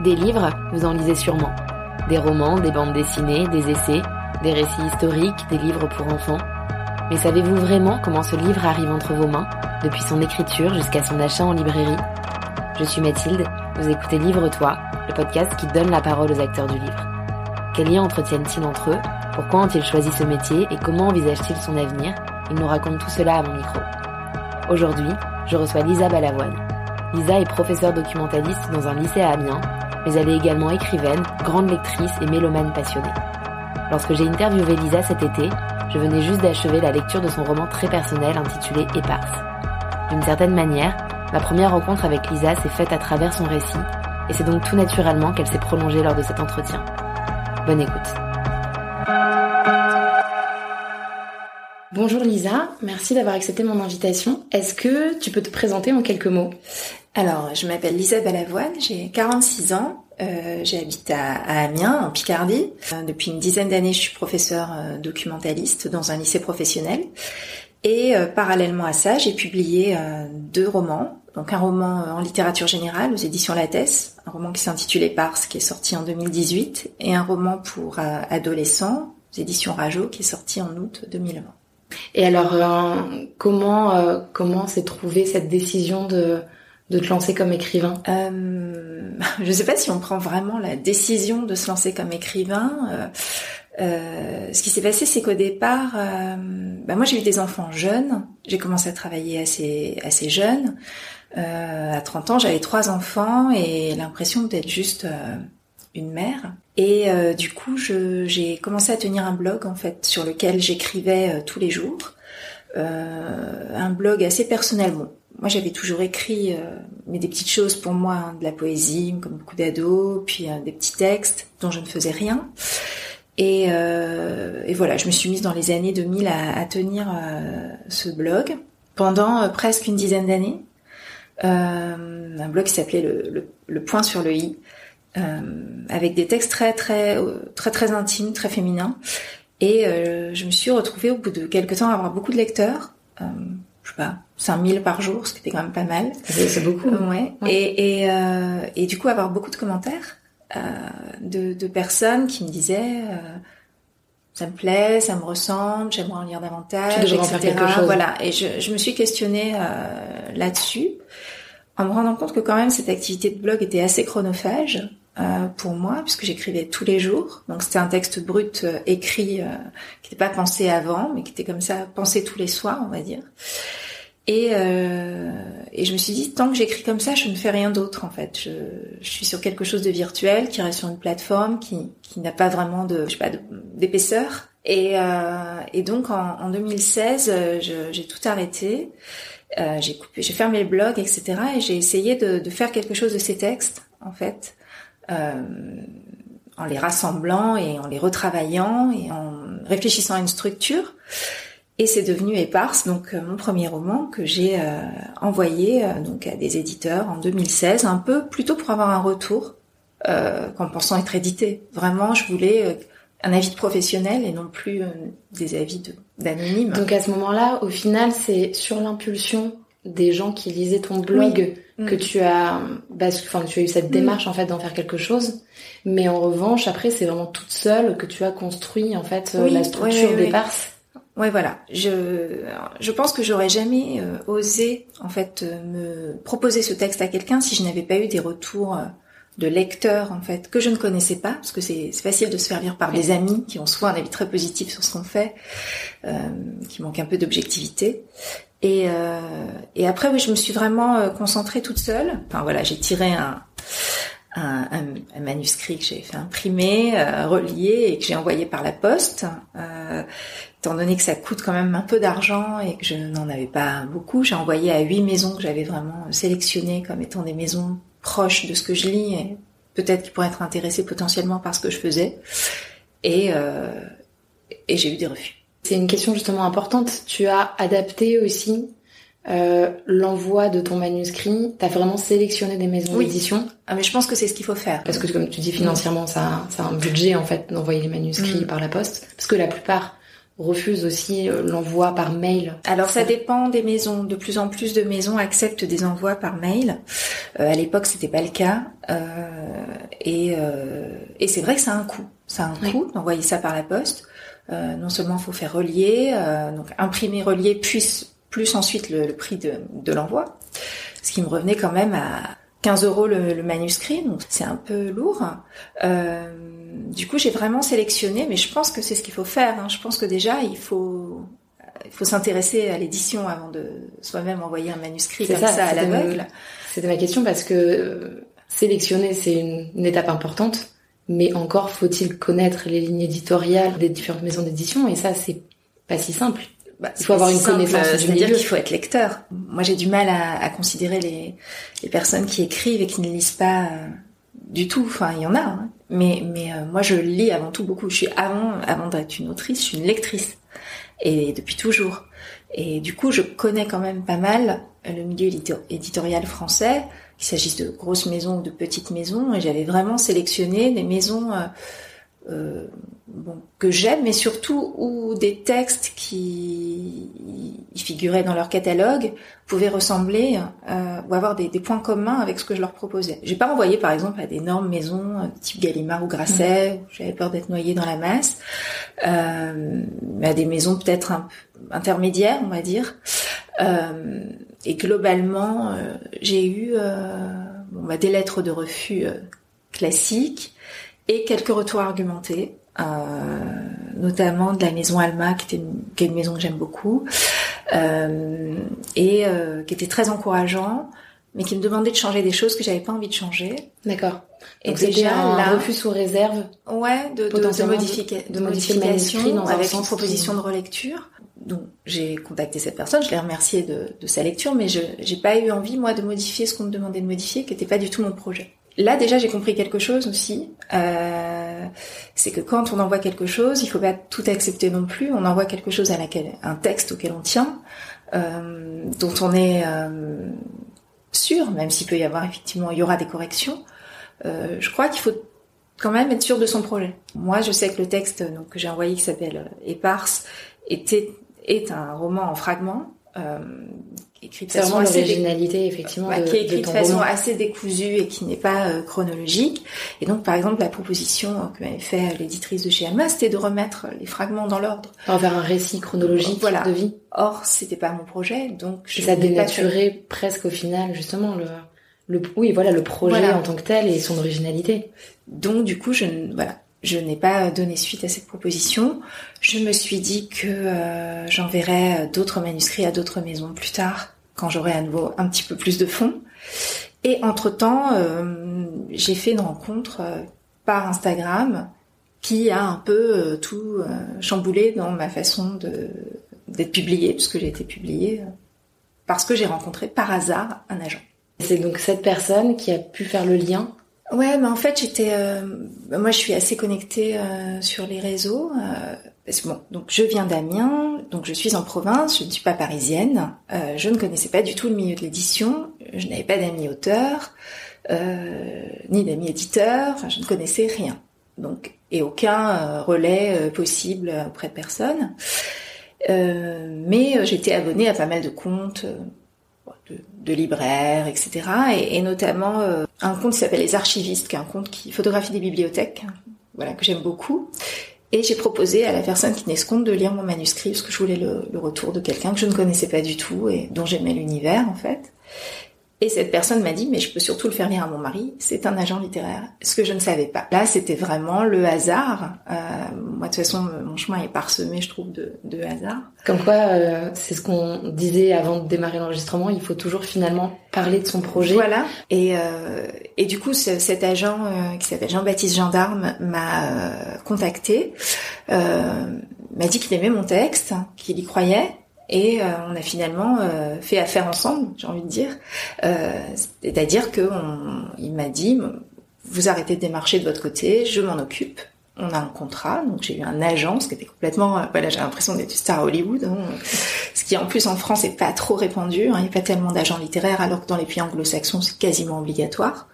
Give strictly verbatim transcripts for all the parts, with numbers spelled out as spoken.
Des livres, vous en lisez sûrement. Des romans, des bandes dessinées, des essais, des récits historiques, des livres pour enfants. Mais savez-vous vraiment comment ce livre arrive entre vos mains, depuis son écriture jusqu'à son achat en librairie ? Je suis Mathilde, vous écoutez Livre-toi, le podcast qui donne la parole aux acteurs du livre. Quels liens entretiennent-ils entre eux ? Pourquoi ont-ils choisi ce métier et comment envisagent-ils son avenir ? Ils nous racontent tout cela à mon micro. Aujourd'hui, je reçois Lisa Balavoine. Lisa est professeure documentaliste dans un lycée à Amiens, mais elle est également écrivaine, grande lectrice et mélomane passionnée. Lorsque j'ai interviewé Lisa cet été, je venais juste d'achever la lecture de son roman très personnel intitulé Éparse. D'une certaine manière, ma première rencontre avec Lisa s'est faite à travers son récit, et c'est donc tout naturellement qu'elle s'est prolongée lors de cet entretien. Bonne écoute. Bonjour Lisa, merci d'avoir accepté mon invitation. Est-ce que tu peux te présenter en quelques mots ? Alors, je m'appelle Lisa Balavoine, j'ai quarante-six ans, euh, j'habite à, à Amiens, en Picardie. Euh, depuis une dizaine d'années, je suis professeure euh, documentaliste dans un lycée professionnel. Et euh, parallèlement à ça, j'ai publié euh, deux romans. Donc un roman euh, en littérature générale aux éditions Lattès, un roman qui s'intitule Éparse, qui est sorti en deux mille dix-huit, et un roman pour euh, adolescents aux éditions Rajo, qui est sorti en août deux mille vingt. Et alors, euh, comment euh, comment s'est trouvée cette décision de de te lancer comme écrivain ? euh, Je ne sais pas si on prend vraiment la décision de se lancer comme écrivain. Euh, euh, ce qui s'est passé, c'est qu'au départ, euh, bah moi j'ai eu des enfants jeunes. J'ai commencé à travailler assez assez jeune. Euh, à trente ans, j'avais trois enfants et l'impression d'être juste euh, une mère. Et euh, du coup, je, j'ai commencé à tenir un blog en fait sur lequel j'écrivais euh, tous les jours. Euh, un blog assez personnel. Bon, moi j'avais toujours écrit euh, mais des petites choses pour moi, hein, de la poésie comme beaucoup d'ados, puis euh, des petits textes dont je ne faisais rien. Et, euh, et voilà, je me suis mise dans les années deux mille à, à tenir euh, ce blog pendant euh, presque une dizaine d'années. Euh, un blog qui s'appelait le, le, le point sur le i, euh, avec des textes très très très très intimes, très féminins. Et euh, je me suis retrouvée au bout de quelques temps à avoir beaucoup de lecteurs, euh, je sais pas, cinq mille par jour, ce qui était quand même pas mal. C'est, c'est beaucoup. Euh, ouais. ouais. Et et, euh, et du coup avoir beaucoup de commentaires euh, de, de personnes qui me disaient euh, ça me plaît, ça me ressemble, j'aimerais en lire davantage, tu devrais en faire quelque chose. Voilà. Et je, je me suis questionnée euh, là-dessus, en me rendant compte que quand même cette activité de blog était assez chronophage. Euh, pour moi, puisque j'écrivais tous les jours. Donc c'était un texte brut euh, écrit, euh, qui n'était pas pensé avant, mais qui était comme ça, pensé tous les soirs, on va dire. Et, euh, et je me suis dit, tant que j'écris comme ça, je ne fais rien d'autre, en fait. Je, je suis sur quelque chose de virtuel, qui reste sur une plateforme, qui, qui n'a pas vraiment de, je sais pas, de, d'épaisseur. Et, euh, et donc en, en deux mille seize, je, j'ai tout arrêté. Euh, j'ai coupé, j'ai fermé le blog, et cetera. Et j'ai essayé de, de faire quelque chose de ces textes, en fait. Euh, en les rassemblant et en les retravaillant et en réfléchissant à une structure. Et c'est devenu Éparse, donc euh, mon premier roman que j'ai euh, envoyé euh, donc à des éditeurs en deux mille seize, un peu plutôt pour avoir un retour euh, qu'en pensant être édité. Vraiment, je voulais euh, un avis de professionnel et non plus euh, des avis de, d'anonymes. Donc à ce moment-là, au final, c'est sur l'impulsion des gens qui lisaient ton blog oui. que mmh. tu as, bah, enfin, tu as eu cette démarche mmh. en fait d'en faire quelque chose. Mais en revanche, après, c'est vraiment toute seule que tu as construit en fait oui, la structure oui, oui, d'Éparse. Oui. ouais, voilà. Je, je pense que j'aurais jamais euh, osé en fait euh, me proposer ce texte à quelqu'un si je n'avais pas eu des retours euh, de lecteurs en fait que je ne connaissais pas, parce que c'est, c'est facile de se faire lire par oui. des amis qui ont souvent un avis très positif sur ce qu'on fait, euh, qui manquent un peu d'objectivité. Et, euh, et après, oui, je me suis vraiment euh, concentrée toute seule. Enfin voilà, j'ai tiré un, un, un, un manuscrit que j'ai fait imprimer, euh, relier et que j'ai envoyé par la poste. Euh, étant donné que ça coûte quand même un peu d'argent et que je n'en avais pas beaucoup, j'ai envoyé à huit maisons que j'avais vraiment sélectionnées comme étant des maisons proches de ce que je lis et peut-être qui pourraient être intéressées potentiellement par ce que je faisais. Et, euh, et j'ai eu des refus. C'est une question justement importante. Tu as adapté aussi euh, l'envoi de ton manuscrit. Tu as vraiment sélectionné des maisons oui. d'édition. Ah, mais je pense que c'est ce qu'il faut faire. Parce que comme tu dis, financièrement, ça, ça a un budget en fait d'envoyer les manuscrits mmh. par la poste. Parce que la plupart refusent aussi l'envoi par mail. Alors ça dépend des maisons. De plus en plus de maisons acceptent des envois par mail. Euh, à l'époque, c'était pas le cas. Euh, et, euh, et c'est vrai que ça a un coût. Ça a un oui. coût d'envoyer ça par la poste. Euh, non seulement il faut faire relier, euh, donc imprimer, relier, puis plus ensuite le, le prix de, de l'envoi, ce qui me revenait quand même à quinze euros le, le manuscrit, donc c'est un peu lourd. Euh, du coup, j'ai vraiment sélectionné, mais je pense que c'est ce qu'il faut faire. Hein. Je pense que déjà, il faut, il faut s'intéresser à l'édition avant de soi-même envoyer un manuscrit c'est comme ça, ça à l'aveugle. Me, c'était ma question parce que euh, sélectionner, c'est une, une étape importante, mais encore faut-il connaître les lignes éditoriales des différentes maisons d'édition, et ça, c'est pas si simple. Bah, il faut avoir une simple, connaissance du c'est-à-dire milieu. qu'il faut être lecteur. Moi, j'ai du mal à, à considérer les, les personnes qui écrivent et qui ne lisent pas euh, du tout. Enfin, il y en a, hein. mais mais euh, moi, je lis avant tout beaucoup. Je suis avant avant d'être une autrice, je suis une lectrice, et depuis toujours. Et du coup, je connais quand même pas mal le milieu éditorial français, qu'il s'agisse de grosses maisons ou de petites maisons. Et j'avais vraiment sélectionné des maisons euh, euh, bon, que j'aime, mais surtout où des textes qui y figuraient dans leur catalogue pouvaient ressembler euh, ou avoir des, des points communs avec ce que je leur proposais. J'ai pas envoyé par exemple à d'énormes maisons euh, type Gallimard ou Grasset, mmh. où j'avais peur d'être noyée dans la masse, euh, mais à des maisons peut-être un peu intermédiaires, on va dire. Euh, et globalement, euh, j'ai eu euh, bon, bah, des lettres de refus euh, classiques et quelques retours argumentés, euh, notamment de la maison Alma, qui, était une, qui est une maison que j'aime beaucoup, euh, et euh, qui était très encourageant, mais qui me demandait de changer des choses que j'avais pas envie de changer. D'accord. Et donc déjà, c'était un là, refus sous réserve. Ouais, de, de, de, modifica- de, de modification dans avec une proposition qui... de relecture. Donc j'ai contacté cette personne, je l'ai remerciée de, de sa lecture, mais je j'ai pas eu envie moi de modifier ce qu'on me demandait de modifier, qui était pas du tout mon projet. Là déjà j'ai compris quelque chose aussi, euh, c'est que quand on envoie quelque chose, il faut pas tout accepter non plus. On envoie quelque chose à laquelle un texte auquel on tient, euh, dont on est euh, sûr, même s'il peut y avoir effectivement, il y aura des corrections. Euh, je crois qu'il faut quand même être sûr de son projet. Moi je sais que le texte donc que j'ai envoyé qui s'appelle Éparse était est un roman en fragments, euh, écrit de c'est façon vraiment assez l'originalité dé... effectivement ouais, de, qui est écrit de, de ton façon roman. assez décousue et qui n'est pas euh, chronologique. Et donc par exemple la proposition que m'avait fait l'éditrice de chez Alma, c'était de remettre les fragments dans l'ordre, en faire un récit chronologique voilà. de vie. Or c'était pas mon projet, donc je et ça dénaturait pas presque au final justement le le oui voilà le projet voilà. en tant que tel et son originalité. Donc du coup je voilà. Je n'ai pas donné suite à cette proposition. Je me suis dit que euh, j'enverrais d'autres manuscrits à d'autres maisons plus tard, quand j'aurai à nouveau un petit peu plus de fonds. Et entre-temps, euh, j'ai fait une rencontre euh, par Instagram qui a un peu euh, tout euh, chamboulé dans ma façon de, d'être publiée, puisque j'ai été publiée, euh, parce que j'ai rencontré par hasard un agent. C'est donc cette personne qui a pu faire le lien. Ouais, mais en fait, j'étais, euh, moi, je suis assez connectée euh, sur les réseaux. Euh, parce que bon, donc je viens d'Amiens, donc je suis en province, je ne suis pas parisienne. Euh, je ne connaissais pas du tout le milieu de l'édition. Je n'avais pas d'amis auteurs, euh, ni d'amis éditeurs. Enfin, je ne connaissais rien. Donc, et aucun euh, relais euh, possible auprès de personne. Euh, mais euh, j'étais abonnée à pas mal de comptes. Euh, De, de libraires, et cetera. Et, et notamment euh, un compte qui s'appelle Les Archivistes, qui est un compte qui photographie des bibliothèques, voilà, que j'aime beaucoup. Et j'ai proposé à la personne qui tenait ce compte de lire mon manuscrit, parce que je voulais le, le retour de quelqu'un que je ne connaissais pas du tout et dont j'aimais l'univers, en fait. Et cette personne m'a dit, mais je peux surtout le faire lire à mon mari, c'est un agent littéraire. Ce que je ne savais pas. Là, c'était vraiment le hasard. Euh, moi, de toute façon, mon chemin est parsemé, je trouve, de, de hasard. Comme quoi, euh, c'est ce qu'on disait avant de démarrer l'enregistrement, il faut toujours finalement parler de son projet. Voilà. Et, euh, et du coup, ce, cet agent euh, qui s'appelle Jean-Baptiste Gendarme m'a euh, contacté, euh, m'a dit qu'il aimait mon texte, qu'il y croyait. Et euh, on a finalement euh, fait affaire ensemble, j'ai envie de dire. Euh, c'est-à-dire que on, il m'a dit, vous arrêtez de démarcher de votre côté, je m'en occupe. On a un contrat, donc j'ai eu un agent, ce qui était complètement... Euh, voilà, j'ai l'impression d'être une star à Hollywood. Hein, ce qui en plus en France est pas trop répandu. Hein, il n'y a pas tellement d'agents littéraires, alors que dans les pays anglo-saxons c'est quasiment obligatoire.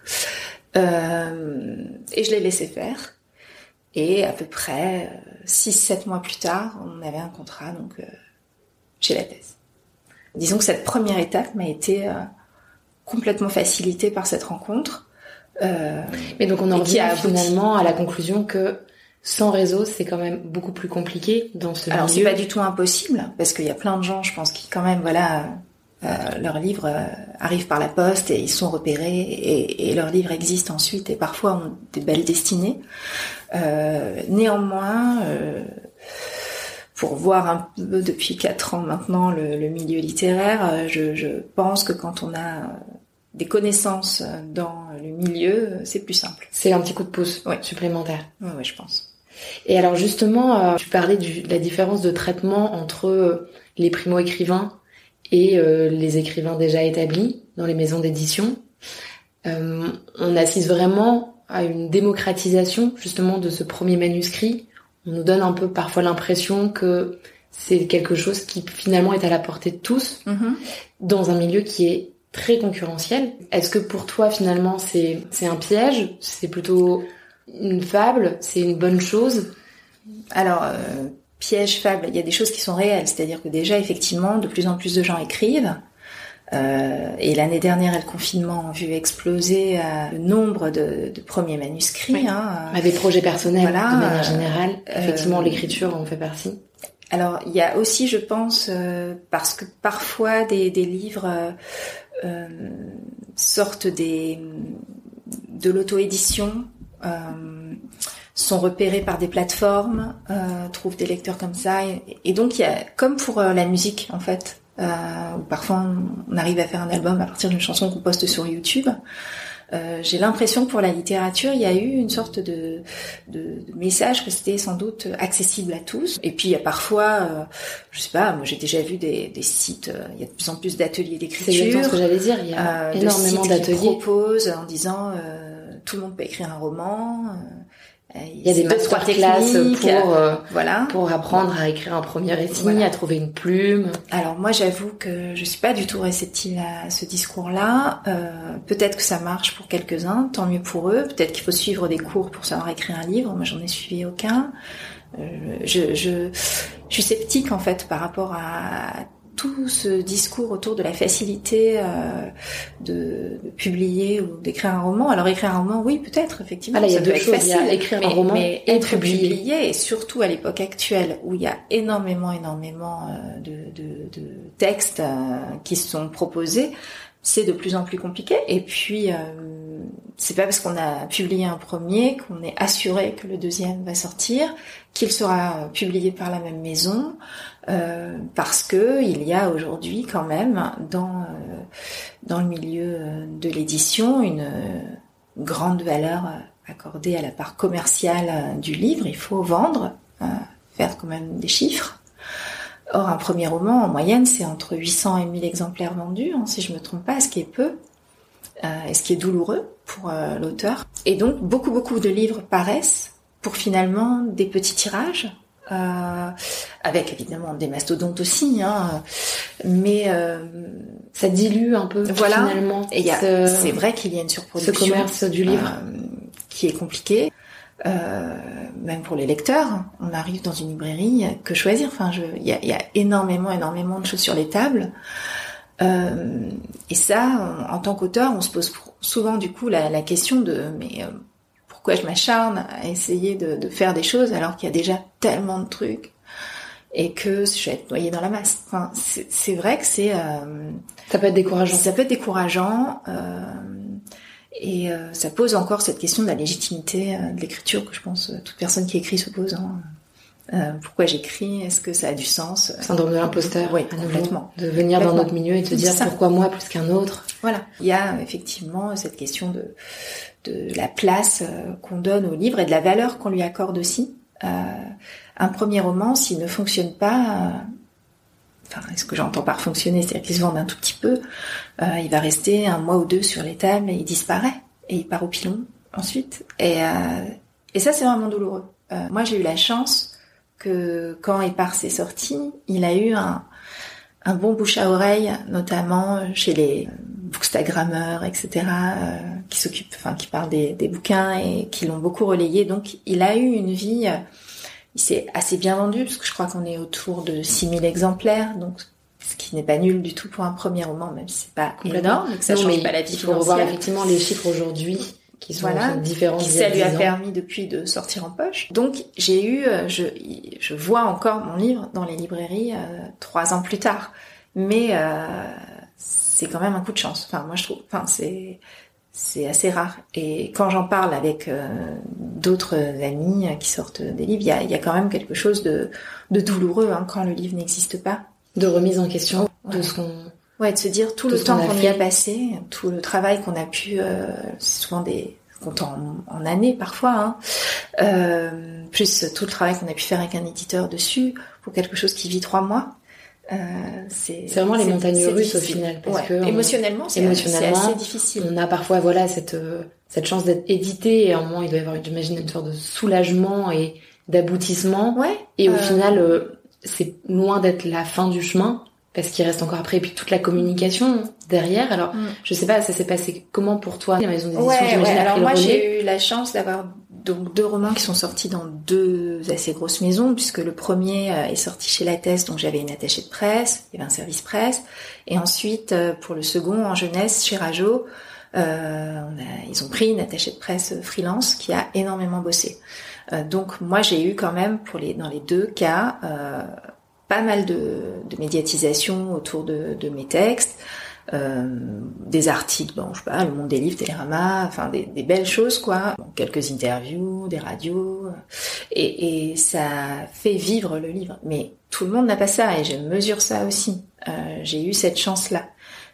Euh, et je l'ai laissé faire. Et à peu près six sept mois plus tard, on avait un contrat, donc... Euh, chez la thèse. Disons que cette première étape m'a été euh, complètement facilitée par cette rencontre. Euh, Mais donc on en revient abouti... finalement à la conclusion que sans réseau, c'est quand même beaucoup plus compliqué dans ce Alors, milieu. c'est pas du tout impossible, parce qu'il y a plein de gens, je pense, qui quand même, voilà, euh, leurs livres euh, arrivent par la poste et ils sont repérés et, et leurs livres existent ensuite et parfois ont des belles destinées. Euh, néanmoins, euh, pour voir un peu depuis quatre ans maintenant le, le milieu littéraire, euh, je, je pense que quand on a des connaissances dans le milieu, c'est plus simple. C'est un petit coup de pouce oui. supplémentaire. Oui, oui, je pense. Et alors justement, euh, tu parlais du, de la différence de traitement entre euh, les primo-écrivains et euh, les écrivains déjà établis dans les maisons d'édition. Euh, on assiste vraiment à une démocratisation justement de ce premier manuscrit. On nous donne un peu parfois l'impression que c'est quelque chose qui finalement est à la portée de tous, mm-hmm. dans un milieu qui est très concurrentiel. Est-ce que pour toi finalement c'est, c'est un piège ? C'est plutôt une fable ? C'est une bonne chose ? Alors, euh, piège, fable, il y a des choses qui sont réelles. C'est-à-dire que déjà, effectivement, de plus en plus de gens écrivent. Euh, et l'année dernière, le confinement a vu exploser euh, le nombre de, de premiers manuscrits. Oui. Hein, euh, des projets personnels, voilà, de manière générale. Euh, effectivement, l'écriture en fait partie. Alors, il y a aussi, je pense, euh, parce que parfois des, des livres euh, euh, sortent des, de l'auto-édition, euh, sont repérés par des plateformes, euh, trouvent des lecteurs comme ça, et, et donc il y a, comme pour euh, la musique en fait, euh, où parfois on, on arrive à faire un album à partir d'une chanson qu'on poste sur YouTube. Euh, j'ai l'impression que pour la littérature, il y a eu une sorte de, de, de message que c'était sans doute accessible à tous. Et puis il y a parfois, euh, je sais pas, moi j'ai déjà vu des, des sites, euh, il y a de plus en plus d'ateliers d'écriture. C'est exactement ce que j'allais dire, il y a euh, énormément de sites d'ateliers qui proposent en disant euh, tout le monde peut écrire un roman. Euh, Il y a des masterclass pour euh, voilà pour apprendre à écrire un premier récit, voilà. à trouver une plume. Alors moi j'avoue que je suis pas du tout réceptive à ce discours-là. Euh, peut-être que ça marche pour quelques-uns, tant mieux pour eux. Peut-être qu'il faut suivre des cours pour savoir écrire un livre. Moi j'en ai suivi aucun. Euh, je, je je suis sceptique en fait par rapport à tout ce discours autour de la facilité euh, de, de publier ou d'écrire un roman. Alors écrire un roman, oui, peut-être, effectivement. Ah là, il y a deux choses, facile, il y a écrire mais, un roman mais et être publier. publié, et surtout à l'époque actuelle où il y a énormément, énormément euh, de, de, de textes euh, qui sont proposés, c'est de plus en plus compliqué. Et puis, euh, c'est pas parce qu'on a publié un premier qu'on est assuré que le deuxième va sortir, qu'il sera publié par la même maison. Euh, parce que il y a aujourd'hui quand même dans euh, dans le milieu de l'édition une euh, grande valeur accordée à la part commerciale du livre. Il faut vendre, euh, faire quand même des chiffres. Or un premier roman en moyenne c'est entre huit cents et mille exemplaires vendus, hein, si je me trompe pas, ce qui est peu, euh, et ce qui est douloureux pour euh, l'auteur. Et donc beaucoup beaucoup de livres paraissent pour finalement des petits tirages. Euh, avec évidemment des mastodontes aussi, hein, mais euh, ça dilue un peu voilà. Finalement. Et y a, ce, c'est vrai qu'il y a une surproduction, ce commerce du livre euh, qui est compliqué, euh, même pour les lecteurs. On arrive dans une librairie, que choisir. Enfin, je, il y a, y a énormément, énormément de choses sur les tables. Euh, et ça, on, en tant qu'auteur, on se pose souvent du coup la, la question de mais euh, pourquoi je m'acharne à essayer de, de faire des choses alors qu'il y a déjà tellement de trucs et que je vais être noyée dans la masse. Enfin, c'est, c'est vrai que c'est... Euh, ça peut être décourageant. Ça peut être décourageant euh, et euh, ça pose encore cette question de la légitimité euh, de l'écriture que je pense euh, toute personne qui écrit se pose. Hein. Euh, pourquoi j'écris ? Est-ce que ça a du sens ? Syndrome de l'imposteur. Oui, complètement. De venir complètement. Dans notre milieu et te dire pourquoi moi plus qu'un autre. Voilà. Il y a effectivement cette question de... de la place euh, qu'on donne au livre et de la valeur qu'on lui accorde aussi. Euh, un premier roman, s'il ne fonctionne pas, euh, enfin, ce que j'entends par fonctionner, c'est-à-dire qu'il se vende un tout petit peu, euh, il va rester un mois ou deux sur les tables et il disparaît. Et il part au pilon ensuite. Et, euh, et ça, c'est vraiment douloureux. Euh, moi, j'ai eu la chance que quand Épars s'est sorti, il a eu un, un bon bouche à oreille, notamment chez les bookstagrammeurs, et cetera, euh, qui s'occupent, enfin, qui parlent des, des bouquins et qui l'ont beaucoup relayé. Donc, il a eu une vie, euh, il s'est assez bien vendu, parce que je crois qu'on est autour de six mille exemplaires, donc, ce qui n'est pas nul du tout pour un premier roman, même si c'est pas énorme, mais que ça non, change mais pas la vie il faut financière. revoir effectivement les chiffres aujourd'hui. qui sont voilà, différents. Qui ça lui a permis depuis de sortir en poche. Donc j'ai eu, je, je vois encore mon livre dans les librairies euh, trois ans plus tard. Mais euh, c'est quand même un coup de chance. Enfin, moi je trouve. Enfin, c'est c'est assez rare. Et quand j'en parle avec euh, d'autres amis qui sortent des livres, il y a, il y a quand même quelque chose de, de douloureux hein, quand le livre n'existe pas. De remise en question ouais. de ce qu'on. Ouais, de se dire tout le temps qu'on y a passé, tout le travail qu'on a pu, euh, c'est souvent des comptes en, en années parfois, hein, euh, plus tout le travail qu'on a pu faire avec un éditeur dessus pour quelque chose qui vit trois mois. Euh, c'est, c'est vraiment c'est, les montagnes russes difficile. au final, parce ouais. que émotionnellement, c'est, émotionnellement, c'est assez difficile. On a parfois voilà cette euh, cette chance d'être édité et à un moment il doit y avoir, j'imagine, une sorte de soulagement et d'aboutissement. Ouais. Et au euh... final, euh, c'est loin d'être la fin du chemin. Parce qu'il reste encore après, et puis toute la communication derrière. Alors, mm. je sais pas, ça s'est passé comment pour toi, la maison d'édition, ouais, j'imagine, ouais. Alors moi, relais. j'ai eu la chance d'avoir donc deux romans qui sont sortis dans deux assez grosses maisons, puisque le premier est sorti chez Lattès, donc j'avais une attachée de presse, il y avait un service presse, et ensuite pour le second en jeunesse chez Rajo, euh, on a, ils ont pris une attachée de presse freelance qui a énormément bossé. Euh, donc moi, j'ai eu quand même pour les dans les deux cas. Euh, pas mal de, de médiatisation autour de, de mes textes, euh, des articles, bon, je sais pas, Le Monde des Livres, Télérama, enfin des, des belles choses quoi, bon, quelques interviews, des radios, et, et ça fait vivre le livre. Mais tout le monde n'a pas ça, et je mesure ça aussi. Euh, j'ai eu cette chance-là.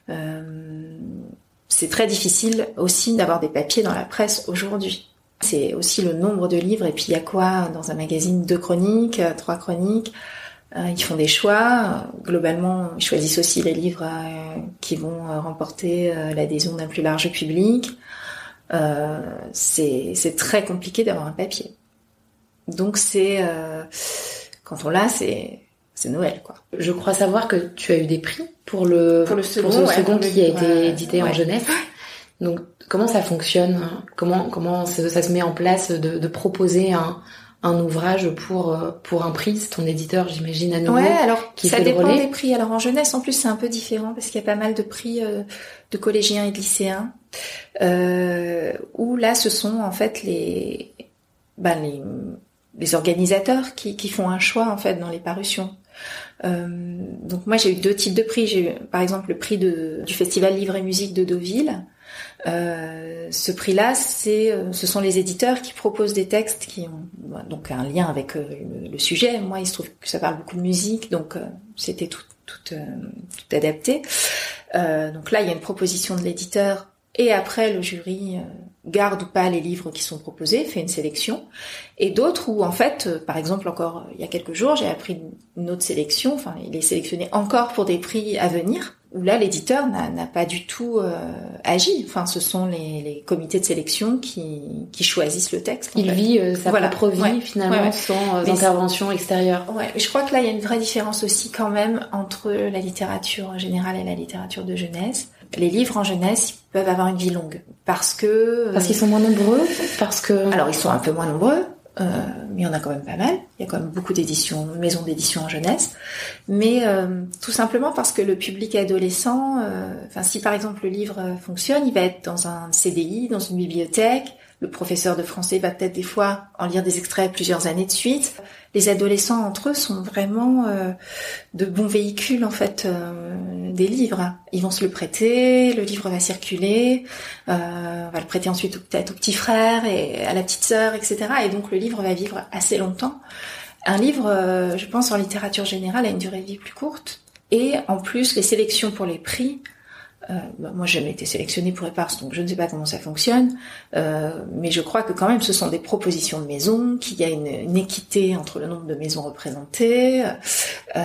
Euh, c'est très difficile aussi d'avoir des papiers dans la presse aujourd'hui. C'est aussi le nombre de livres, et puis il y a quoi dans un magazine, deux chroniques, trois chroniques. Euh, ils font des choix. Globalement, ils choisissent aussi les livres euh, qui vont euh, remporter euh, l'adhésion d'un plus large public. Euh, c'est, c'est très compliqué d'avoir un papier. Donc c'est euh, quand on l'a, c'est c'est Noël quoi. Je crois savoir que tu as eu des prix pour le pour le second, pour ce ouais, second pour qui le, a été ouais, édité ouais. en jeunesse. Donc comment ça fonctionne? Comment comment ça, ça se met en place de, de proposer un un ouvrage pour pour un prix, c'est ton éditeur, j'imagine, à nouveau. Ouais, alors qui ça fait dépend le relais. des prix. Alors en jeunesse, en plus, c'est un peu différent parce qu'il y a pas mal de prix euh, de collégiens et de lycéens, euh, où là, ce sont en fait les ben les les organisateurs qui qui font un choix en fait dans les parutions. Euh, donc moi, j'ai eu deux types de prix. J'ai eu, par exemple, le prix de du Festival Livre et Musique de Deauville. Euh, ce prix-là, c'est, ce sont les éditeurs qui proposent des textes qui ont donc un lien avec euh, le, le sujet. Moi, il se trouve que ça parle beaucoup de musique, donc euh, c'était tout, tout, euh, tout adapté. Euh, donc là, il y a une proposition de l'éditeur, et après, le jury euh, garde ou pas les livres qui sont proposés, fait une sélection. Et d'autres où, en fait, euh, par exemple, encore il y a quelques jours, j'ai appris une autre sélection. Enfin, il est sélectionné encore pour des prix à venir. Où là, l'éditeur n'a, n'a pas du tout euh, agi. Enfin, ce sont les, les comités de sélection qui, qui choisissent le texte. Il fait. vit euh, sa voilà. propre vie, ouais. finalement, ouais, ouais. sans euh, Mais intervention extérieure. Ouais, je crois que là, il y a une vraie différence aussi quand même entre la littérature générale et la littérature de jeunesse. Les livres en jeunesse, ils peuvent avoir une vie longue. Parce que... Parce qu'ils sont moins nombreux Parce que... Alors, ils sont un peu moins nombreux. Euh, mais il y en a quand même pas mal. Il y a quand même beaucoup d'éditions, maisons d'édition en jeunesse. Mais euh, tout simplement parce que le public adolescent, enfin, euh, si par exemple le livre fonctionne, il va être dans un C D I, dans une bibliothèque. Le professeur de français va peut-être des fois en lire des extraits plusieurs années de suite. Les adolescents entre eux sont vraiment euh, de bons véhicules en fait euh, des livres. Ils vont se le prêter, le livre va circuler, euh, on va le prêter ensuite peut-être au petit frère et à la petite sœur, et cetera. Et donc le livre va vivre assez longtemps. Un livre, euh, je pense en littérature générale, a une durée de vie plus courte. Et en plus, les sélections pour les prix. Euh, bah, moi, j'ai jamais été sélectionnée pour Epars, donc je ne sais pas comment ça fonctionne, euh, mais je crois que quand même, ce sont des propositions de maisons, qu'il y a une, une équité entre le nombre de maisons représentées, euh,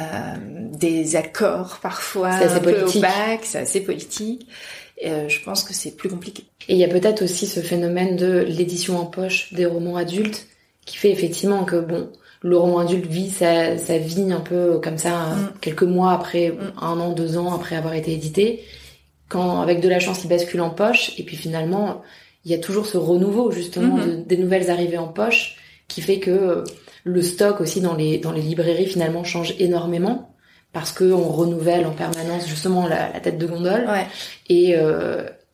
des accords parfois c'est assez un politique. peu opaques, c'est assez politique. Euh, je pense que c'est plus compliqué. Et il y a peut-être aussi ce phénomène de l'édition en poche des romans adultes, qui fait effectivement que bon, le roman adulte vit sa, sa vie un peu comme ça, mm. quelques mois après, mm. un an, deux ans après avoir été édité. Quand, avec de la chance, il bascule en poche, et puis finalement, il y a toujours ce renouveau, justement, mm-hmm. de, des nouvelles arrivées en poche, qui fait que le stock aussi dans les, dans les librairies, finalement, change énormément, parce que on renouvelle en permanence, justement, la, la tête de gondole. Ouais. Et, euh,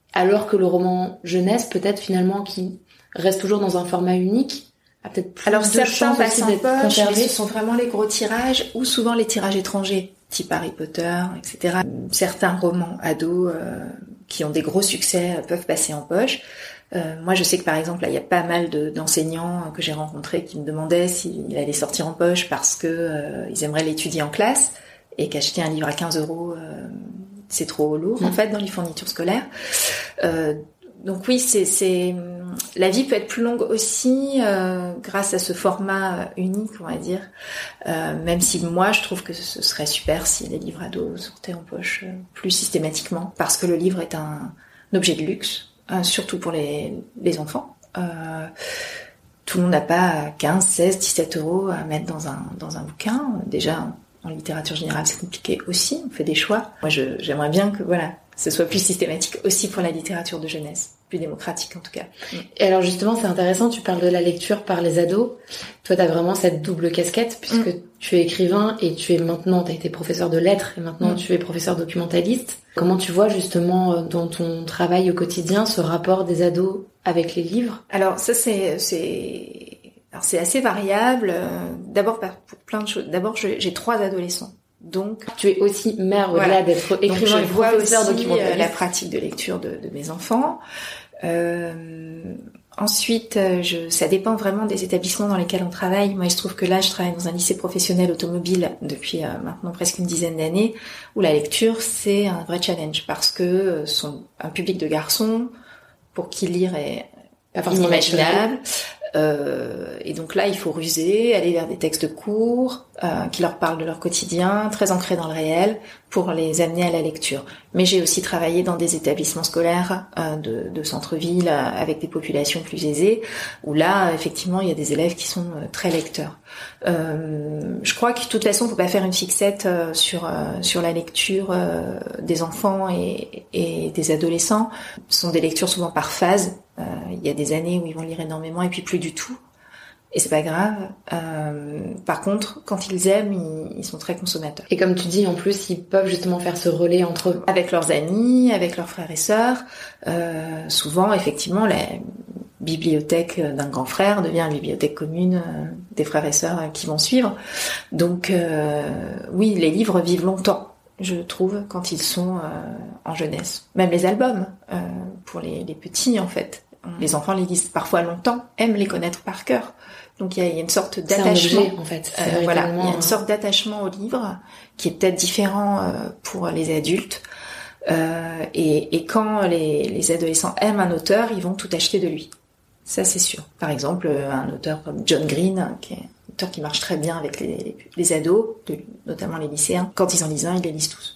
Alors que le roman jeunesse, peut-être finalement, qui reste toujours dans un format unique, a peut-être plus Alors de certains chances passent aussi en d'être poche, mais conservés. ce sont vraiment les gros tirages, ou souvent les tirages étrangers, type Harry Potter, et cetera. Certains romans ados euh, qui ont des gros succès peuvent passer en poche. Euh, moi, je sais que par exemple, là, il y a pas mal de, d'enseignants que j'ai rencontrés qui me demandaient s'il allait sortir en poche parce que euh, ils aimeraient l'étudier en classe et qu'acheter un livre à quinze euros, euh, c'est trop lourd, mmh. en fait, dans les fournitures scolaires. Euh, donc oui, c'est, c'est la vie peut être plus longue aussi euh, grâce à ce format unique, on va dire. Euh, même si moi, je trouve que ce serait super si les livres ados sortaient en poche euh, plus systématiquement, parce que le livre est un, un objet de luxe. Euh, surtout pour les, les enfants. Euh, tout le monde n'a pas quinze, seize, dix-sept euros à mettre dans un, dans un bouquin. Déjà, en littérature générale, c'est compliqué aussi. On fait des choix. Moi, je, j'aimerais bien que voilà, ce soit plus systématique aussi pour la littérature de jeunesse. Plus démocratique, en tout cas. Et alors, justement, c'est intéressant. Tu parles de la lecture par les ados. Toi, t'as vraiment cette double casquette puisque mm. tu es écrivain et tu es maintenant, t'as été professeur de lettres et maintenant mm. tu es professeur documentaliste. Comment tu vois justement dans ton travail au quotidien ce rapport des ados avec les livres? Alors ça c'est c'est alors c'est assez variable. D'abord pour plein de choses. D'abord j'ai, j'ai trois adolescents. Donc tu es aussi mère au-delà voilà. d'être écrivain et professeur documentaliste. La pratique de lecture de, de mes enfants. Euh, ensuite, je, ça dépend vraiment des établissements dans lesquels on travaille. Moi, il se trouve que là, je travaille dans un lycée professionnel automobile depuis euh, maintenant presque une dizaine d'années, où la lecture, c'est un vrai challenge, parce que sont un public de garçons pour qui lire est inimaginable. Euh, et donc là, il faut ruser, aller vers des textes courts, euh, qui leur parlent de leur quotidien, très ancrés dans le réel, pour les amener à la lecture. Mais j'ai aussi travaillé dans des établissements scolaires euh, de, de centre-ville, euh, avec des populations plus aisées, où là, effectivement, il y a des élèves qui sont euh, très lecteurs. Euh, je crois que de toute façon, il ne faut pas faire une fixette euh, sur euh, sur la lecture euh, des enfants et, et des adolescents. Ce sont des lectures souvent par phase. Euh, il y a des années où ils vont lire énormément et puis plus du tout. Et c'est pas grave. Euh, par contre, quand ils aiment, ils, ils sont très consommateurs. Et comme tu dis, en plus, ils peuvent justement faire ce relais entre eux. Avec leurs amis, avec leurs frères et sœurs. Euh, souvent, effectivement, la bibliothèque d'un grand frère devient la bibliothèque commune euh, des frères et sœurs qui vont suivre. Donc, euh, oui, les livres vivent longtemps, je trouve, quand ils sont euh, en jeunesse. Même les albums, euh, pour les, les petits, en fait. Les enfants les lisent parfois longtemps, aiment les connaître par cœur. Donc il y a, il y a une sorte d'attachement. C'est un objet, en fait. C'est euh, voilà, il y a une sorte d'attachement au livre qui est peut-être différent euh, pour les adultes. Euh, et, et quand les, les adolescents aiment un auteur, ils vont tout acheter de lui. Ça, c'est sûr. Par exemple, un auteur comme John Green, qui est un auteur qui marche très bien avec les, les, les ados, notamment les lycéens. Quand ils en lisent un, ils les lisent tous.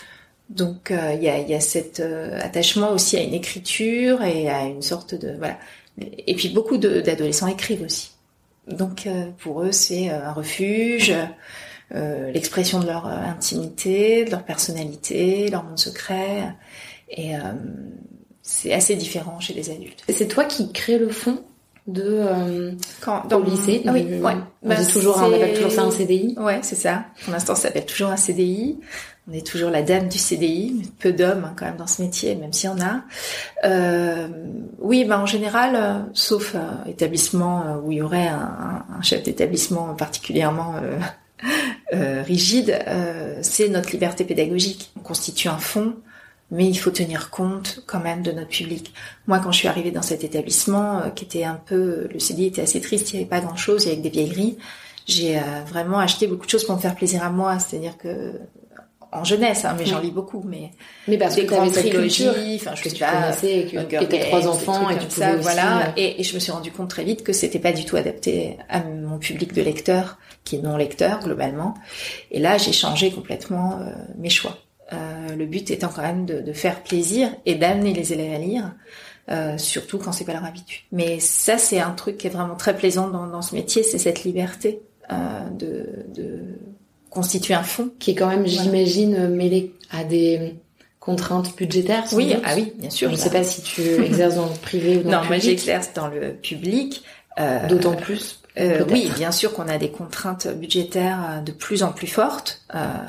Donc euh, il y a, y a cet euh, attachement aussi à une écriture et à une sorte de voilà. Et puis beaucoup de, d'adolescents écrivent aussi. Donc euh, pour eux c'est euh, un refuge, euh, l'expression de leur euh, intimité, de leur personnalité, leur monde secret. Et euh, c'est assez différent chez les adultes. Et c'est toi qui crée le fond de euh, quand dans au lycée. Ah oui, ouais. On bah, dit toujours, on appelle toujours ça un C D I. Ouais, c'est ça. Pour l'instant, ça s'appelle toujours un C D I. On est toujours la dame du C D I, mais peu d'hommes hein, quand même dans ce métier, même s'il y en a. Euh, oui, bah en général, euh, sauf euh, établissement euh, où il y aurait un, un chef d'établissement particulièrement euh, euh, rigide, euh, c'est notre liberté pédagogique. On constitue un fond, mais il faut tenir compte quand même de notre public. Moi, quand je suis arrivée dans cet établissement, euh, qui était un peu, le C D I était assez triste, il n'y avait pas grand-chose, avec des vieilleries, j'ai euh, vraiment acheté beaucoup de choses pour me faire plaisir à moi, c'est-à-dire que en jeunesse, hein, mais j'en lis beaucoup, mais mais parce des que grandes trilogies, enfin je que sais tu pas, connaissais et que t'as trois enfants et tu pouvais ça, aussi, voilà, euh... et, et je me suis rendu compte très vite que c'était pas du tout adapté à mon public de lecteurs, qui est non lecteur globalement. Et là, j'ai changé complètement euh, mes choix. Euh, le but étant quand même de, de faire plaisir et d'amener les élèves à lire, euh, surtout quand c'est pas leur habitude. Mais ça, c'est un truc qui est vraiment très plaisant dans, dans ce métier, c'est cette liberté euh, de, de constituer un fond qui est quand même, voilà. J'imagine, mêlé à des contraintes budgétaires. Oui, doute. ah oui, bien sûr. Je ne sais pas si tu exerces dans le privé ou dans non, le public. Non, moi j'exerce dans le public. Euh, D'autant plus. Euh, oui, bien sûr qu'on a des contraintes budgétaires de plus en plus fortes. Euh,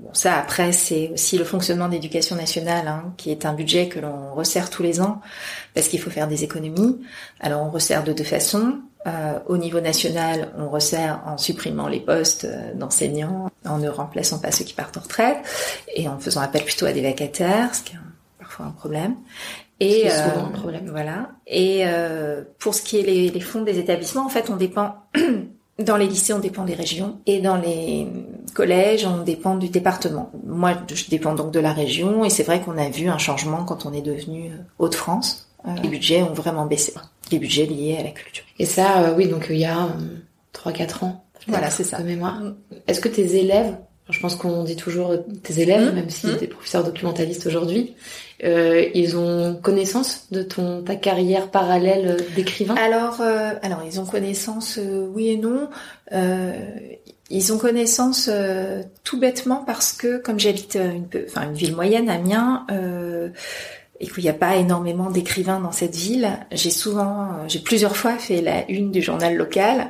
Bon, ça, après, c'est aussi le fonctionnement d'éducation nationale, hein, qui est un budget que l'on resserre tous les ans, parce qu'il faut faire des économies. Alors, on resserre de deux façons. Euh, au niveau national, on resserre en supprimant les postes d'enseignants, en ne remplaçant pas ceux qui partent en retraite, et en faisant appel plutôt à des vacataires, ce qui est un, parfois un problème. Et c'est souvent euh, un problème. Voilà. Et euh, pour ce qui est les, les fonds des établissements, en fait, on dépend. Dans les lycées, on dépend des régions, et dans les collèges, on dépend du département. Moi, je dépends donc de la région, et c'est vrai qu'on a vu un changement quand on est devenu Hauts-de-France. Euh, les budgets ont vraiment baissé, les budgets liés à la culture. Et ça, euh, oui, donc il y a euh, trois quatre ans. Voilà, c'est ça. De mémoire. Est-ce que tes élèves, je pense qu'on dit toujours tes élèves, mmh. même si mmh. t'es professeur documentaliste aujourd'hui, euh, ils ont connaissance de ton ta carrière parallèle d'écrivain? Alors, euh, alors ils ont connaissance, euh, oui et non. Euh, ils ont connaissance euh, tout bêtement parce que, comme j'habite une, enfin une ville moyenne, Amiens, euh, et qu'il n'y a pas énormément d'écrivains dans cette ville, j'ai souvent, j'ai plusieurs fois fait la une du journal local,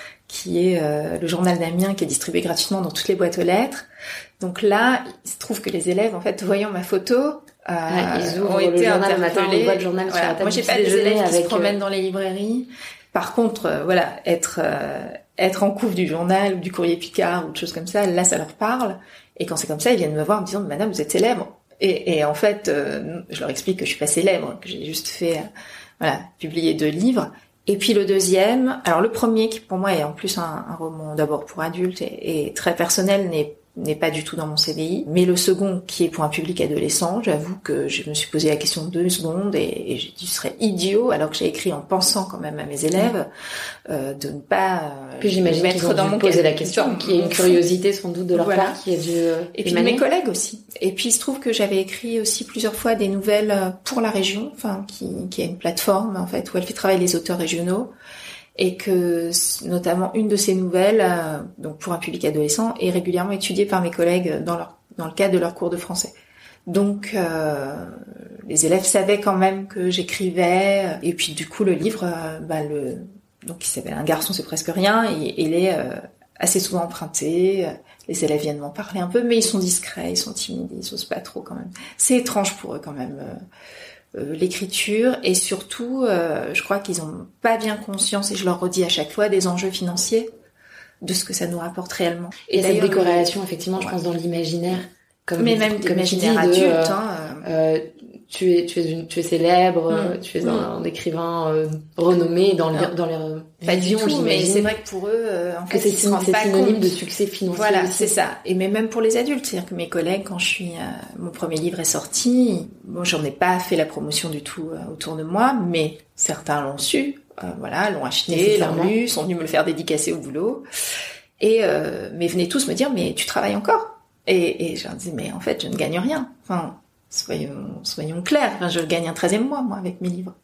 qui est euh, le journal d'Amiens, qui est distribué gratuitement dans toutes les boîtes aux lettres. Donc là, il se trouve que les élèves, en fait, voyant ma photo, euh, ouais, ils ont été le journal interpellés. Matin, on voit le journal voilà. sur la table. Moi, j'ai pas des élèves qui avec... se promènent dans les librairies. Par contre, euh, voilà, être euh, être en couve du journal ou du Courrier Picard ou de choses comme ça, là, ça leur parle. Et quand c'est comme ça, ils viennent me voir en me disant, madame, vous êtes célèbre. Et, et en fait, euh, je leur explique que je suis pas célèbre, que j'ai juste fait, euh, voilà, publier deux livres. Et puis le deuxième, alors le premier qui pour moi est en plus un, un roman d'abord pour adultes et, et très personnel, n'est n'est pas du tout dans mon C D I, mais le second qui est pour un public adolescent, j'avoue que je me suis posé la question deux secondes et, et j'ai dit ce serait idiot, alors que j'ai écrit en pensant quand même à mes élèves, euh, de ne pas euh, Puis j'imagine mettre qu'ils ont dans dû mon poser cas, la question, qu'il y ait une curiosité sans doute de leur voilà. part qui a dû euh, et puis émaner. de mes collègues aussi. Et puis il se trouve que j'avais écrit aussi plusieurs fois des nouvelles pour la région, enfin qui, qui est une plateforme en fait où elle fait travailler les auteurs régionaux. Et que notamment une de ces nouvelles, euh, donc pour un public adolescent, est régulièrement étudiée par mes collègues dans leur dans le cadre de leur cours de français. Donc euh, les élèves savaient quand même que j'écrivais, et puis du coup le livre, euh, bah le donc il s'appelle Un garçon c'est presque rien, et il est euh, assez souvent emprunté. Les élèves viennent m'en parler un peu, mais ils sont discrets, ils sont timides, ils osent pas trop quand même. C'est étrange pour eux quand même. Euh, Euh, l'écriture, et surtout euh, je crois qu'ils ont pas bien conscience, et je leur redis à chaque fois, des enjeux financiers, de ce que ça nous rapporte réellement. Et, et cette décorrélation le... effectivement je ouais. pense dans l'imaginaire, comme mais même comme l'imaginaire tu dis, adulte de, hein, euh, tu es tu es une tu es célèbre, mmh. tu es un, un écrivain euh, renommé dans le, dans les pas du tout, mais c'est vrai que pour eux euh, en que fait c'est, ils se rendent c'est pas synonyme compte de succès financier. Voilà, aussi. c'est ça. Et mais même pour les adultes, c'est-à-dire que mes collègues, quand je suis euh, mon premier livre est sorti, bon j'en ai pas fait la promotion du tout euh, autour de moi, mais certains l'ont su, euh, voilà, l'ont acheté, l'ont lu, sont venus me le faire dédicacer au boulot, et euh, mais venaient tous me dire mais tu travailles encore? Et, et je leur disais mais en fait je ne gagne rien. Enfin soyons soyons clairs, enfin je gagne un treizième mois moi avec mes livres.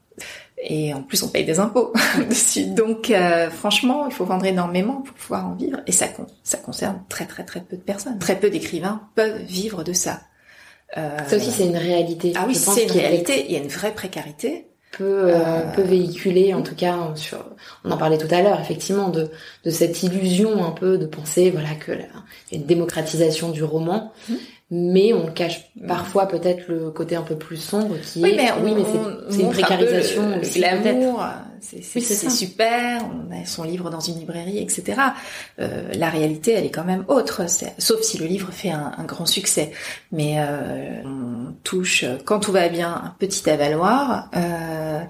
Et en plus on paye des impôts dessus. Donc euh, franchement, il faut vendre énormément pour pouvoir en vivre, et ça ça concerne très très très peu de personnes. Très peu d'écrivains peuvent vivre de ça. Euh, ça aussi c'est une réalité. Ah oui, je pense c'est une réalité, il y a une vraie précarité. Peut, euh, euh... peut véhiculer, en tout cas, sur, on en parlait tout à l'heure, effectivement, de, de cette illusion un peu de penser, voilà, que là, il y a une démocratisation du roman, mmh. mais on cache parfois peut-être le côté un peu plus sombre qui oui, est, mais on, oui, mais c'est, c'est une précarisation le, aussi, le glamour, peut-être. C'est, c'est, oui, c'est, c'est super, on a son livre dans une librairie, et cetera. Euh, la réalité, elle est quand même autre, c'est, sauf si le livre fait un, un grand succès. Mais euh, on touche, quand tout va bien, un petit avaloir euh,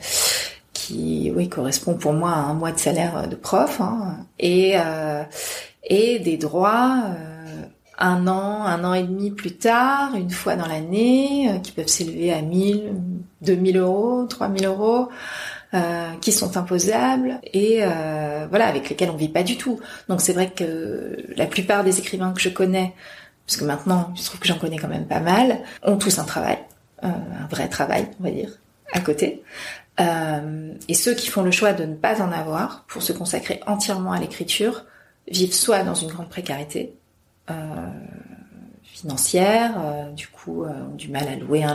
qui, oui, correspond pour moi à un mois de salaire de prof, hein, et euh, et des droits. Euh, un an, un an et demi plus tard, une fois dans l'année, euh, qui peuvent s'élever à mille, deux mille euros, trois mille euros, euh, qui sont imposables et euh, voilà, avec lesquels on vit pas du tout. Donc c'est vrai que la plupart des écrivains que je connais, parce que maintenant je trouve que j'en connais quand même pas mal, ont tous un travail, euh, un vrai travail, on va dire, à côté. Euh, et ceux qui font le choix de ne pas en avoir pour se consacrer entièrement à l'écriture vivent soit dans une grande précarité, Euh, financière, euh, du coup euh, ont du mal à louer un,